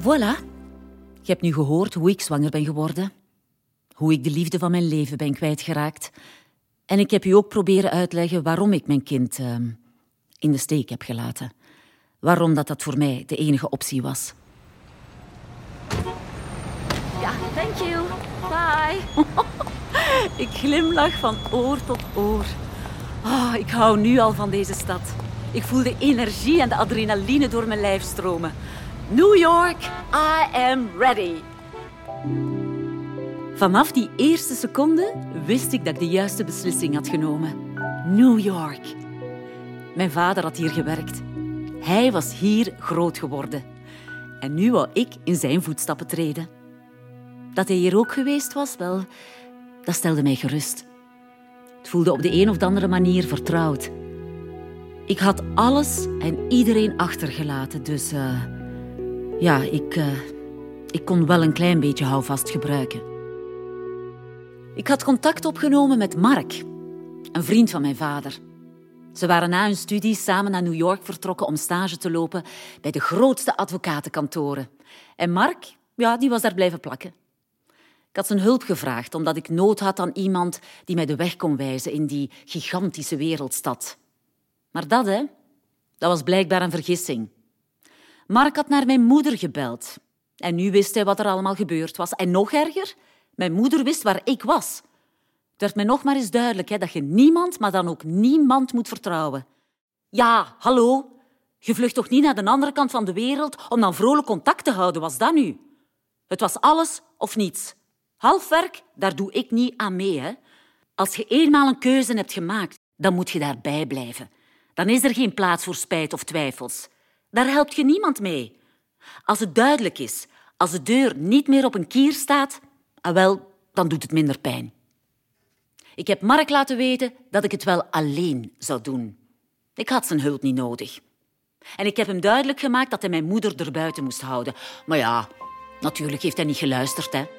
Voilà. Je hebt nu gehoord hoe ik zwanger ben geworden. Hoe ik de liefde van mijn leven ben kwijtgeraakt. En ik heb u ook proberen uitleggen waarom ik mijn kind in de steek heb gelaten. Waarom dat voor mij de enige optie was. Ja, thank you. Bye. Ik glimlach van oor tot oor. Oh, ik hou nu al van deze stad. Ik voel de energie en de adrenaline door mijn lijf stromen. New York, I am ready. Vanaf die eerste seconde wist ik dat ik de juiste beslissing had genomen. New York. Mijn vader had hier gewerkt. Hij was hier groot geworden. En nu wou ik in zijn voetstappen treden. Dat hij hier ook geweest was, wel, dat stelde mij gerust. Het voelde op de een of andere manier vertrouwd. Ik had alles en iedereen achtergelaten, dus ik kon wel een klein beetje houvast gebruiken. Ik had contact opgenomen met Mark, een vriend van mijn vader. Ze waren na hun studie samen naar New York vertrokken om stage te lopen bij de grootste advocatenkantoren. En Mark, die was daar blijven plakken. Ik had zijn hulp gevraagd omdat ik nood had aan iemand die mij de weg kon wijzen in die gigantische wereldstad. Maar dat was blijkbaar een vergissing. Mark had naar mijn moeder gebeld. En nu wist hij wat er allemaal gebeurd was. En nog erger, mijn moeder wist waar ik was. Het werd mij nog maar eens duidelijk dat je niemand, maar dan ook niemand moet vertrouwen. Ja, hallo, je vlucht toch niet naar de andere kant van de wereld om dan vrolijk contact te houden, was dat nu? Het was alles of niets. Halfwerk, daar doe ik niet aan mee. Hè. Als je eenmaal een keuze hebt gemaakt, dan moet je daarbij blijven. Dan is er geen plaats voor spijt of twijfels. Daar helpt je niemand mee. Als het duidelijk is, als de deur niet meer op een kier staat, dan doet het minder pijn. Ik heb Mark laten weten dat ik het wel alleen zou doen. Ik had zijn hulp niet nodig. En ik heb hem duidelijk gemaakt dat hij mijn moeder erbuiten moest houden. Maar ja, natuurlijk heeft hij niet geluisterd, hè.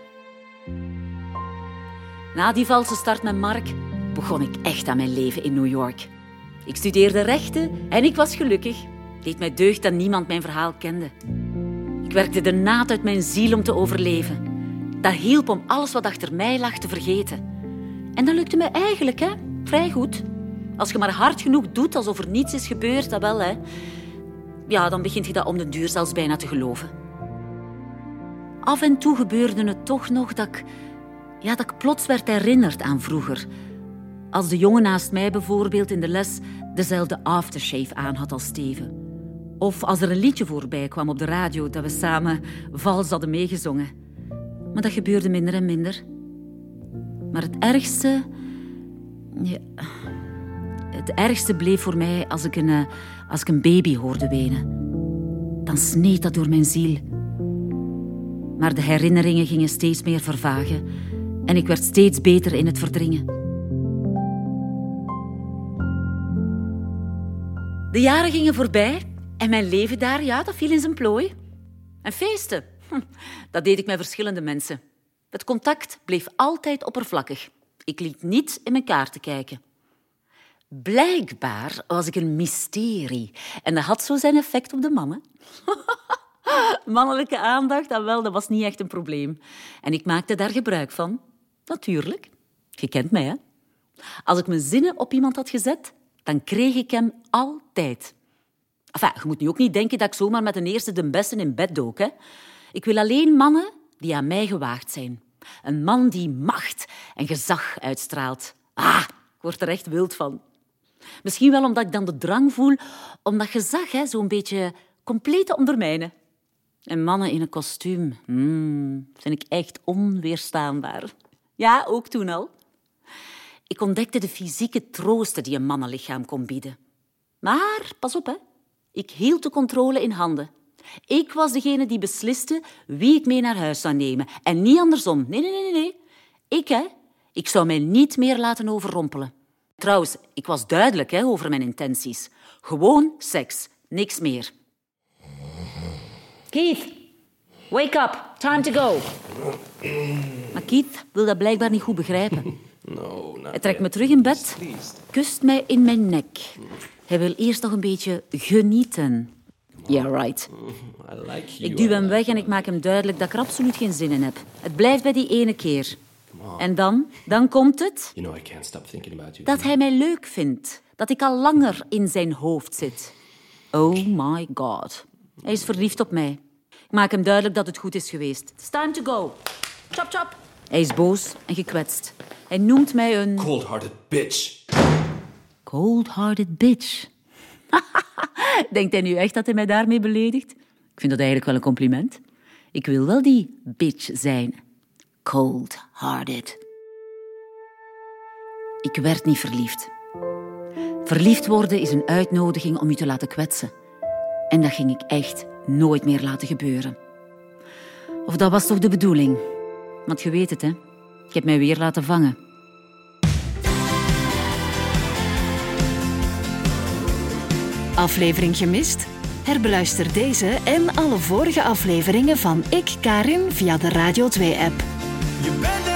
Na die valse start met Mark begon ik echt aan mijn leven in New York. Ik studeerde rechten en ik was gelukkig. Het deed mij deugd dat niemand mijn verhaal kende. Ik werkte de naad uit mijn ziel om te overleven. Dat hielp om alles wat achter mij lag te vergeten. En dat lukte me eigenlijk, vrij goed. Als je maar hard genoeg doet alsof er niets is gebeurd, dat wel, dan begint je dat om den duur zelfs bijna te geloven. Af en toe gebeurde het toch nog dat ik plots werd herinnerd aan vroeger. Als de jongen naast mij bijvoorbeeld in de les dezelfde aftershave aan had als Steven. Of als er een liedje voorbij kwam op de radio dat we samen vals hadden meegezongen. Maar dat gebeurde minder en minder. Maar het ergste bleef voor mij als ik een baby hoorde wenen. Dan sneed dat door mijn ziel. Maar de herinneringen gingen steeds meer vervagen en ik werd steeds beter in het verdringen. De jaren gingen voorbij en mijn leven daar, dat viel in zijn plooi. En feesten, dat deed ik met verschillende mensen. Het contact bleef altijd oppervlakkig. Ik liet niet in mijn kaarten kijken. Blijkbaar was ik een mysterie en dat had zo zijn effect op de mannen. Mannelijke aandacht, dat was niet echt een probleem. En ik maakte daar gebruik van. Natuurlijk. Je kent mij, hè? Als ik mijn zinnen op iemand had gezet, dan kreeg ik hem altijd. Enfin, je moet nu ook niet denken dat ik zomaar met de eerste de beste in bed dook, hè? Ik wil alleen mannen die aan mij gewaagd zijn. Een man die macht en gezag uitstraalt. Ik word er echt wild van. Misschien wel omdat ik dan de drang voel om dat gezag zo'n beetje compleet te ondermijnen. En mannen in een kostuum, vind ik echt onweerstaanbaar. Ja, ook toen al. Ik ontdekte de fysieke troosten die een mannenlichaam kon bieden. Maar, pas op, hè. Ik hield de controle in handen. Ik was degene die besliste wie ik mee naar huis zou nemen. En niet andersom. Nee. Ik zou mij niet meer laten overrompelen. Trouwens, ik was duidelijk over mijn intenties. Gewoon seks, niks meer. Keith, wake up. Time to go. Maar Keith wil dat blijkbaar niet goed begrijpen. Hij trekt me terug in bed, kust mij in mijn nek. Hij wil eerst nog een beetje genieten. Yeah, right. I like you. Ik duw hem weg en ik maak hem duidelijk dat ik er absoluut geen zin in heb. Het blijft bij die ene keer. En dan komt het... You know, I can't stop thinking about you. Dat hij mij leuk vindt. Dat ik al langer in zijn hoofd zit. Oh my god. Hij is verliefd op mij. Ik maak hem duidelijk dat het goed is geweest. It's time to go. Chop, chop. Hij is boos en gekwetst. Hij noemt mij een... Cold-hearted bitch. Cold-hearted bitch. Denkt hij nu echt dat hij mij daarmee beledigt? Ik vind dat eigenlijk wel een compliment. Ik wil wel die bitch zijn. Cold-hearted. Ik werd niet verliefd. Verliefd worden is een uitnodiging om je te laten kwetsen. En dat ging ik echt nooit meer laten gebeuren. Of dat was toch de bedoeling? Want je weet het, hè? Ik heb mij weer laten vangen. Aflevering gemist? Herbeluister deze en alle vorige afleveringen van Ik, Karin via de Radio 2-app. Je bent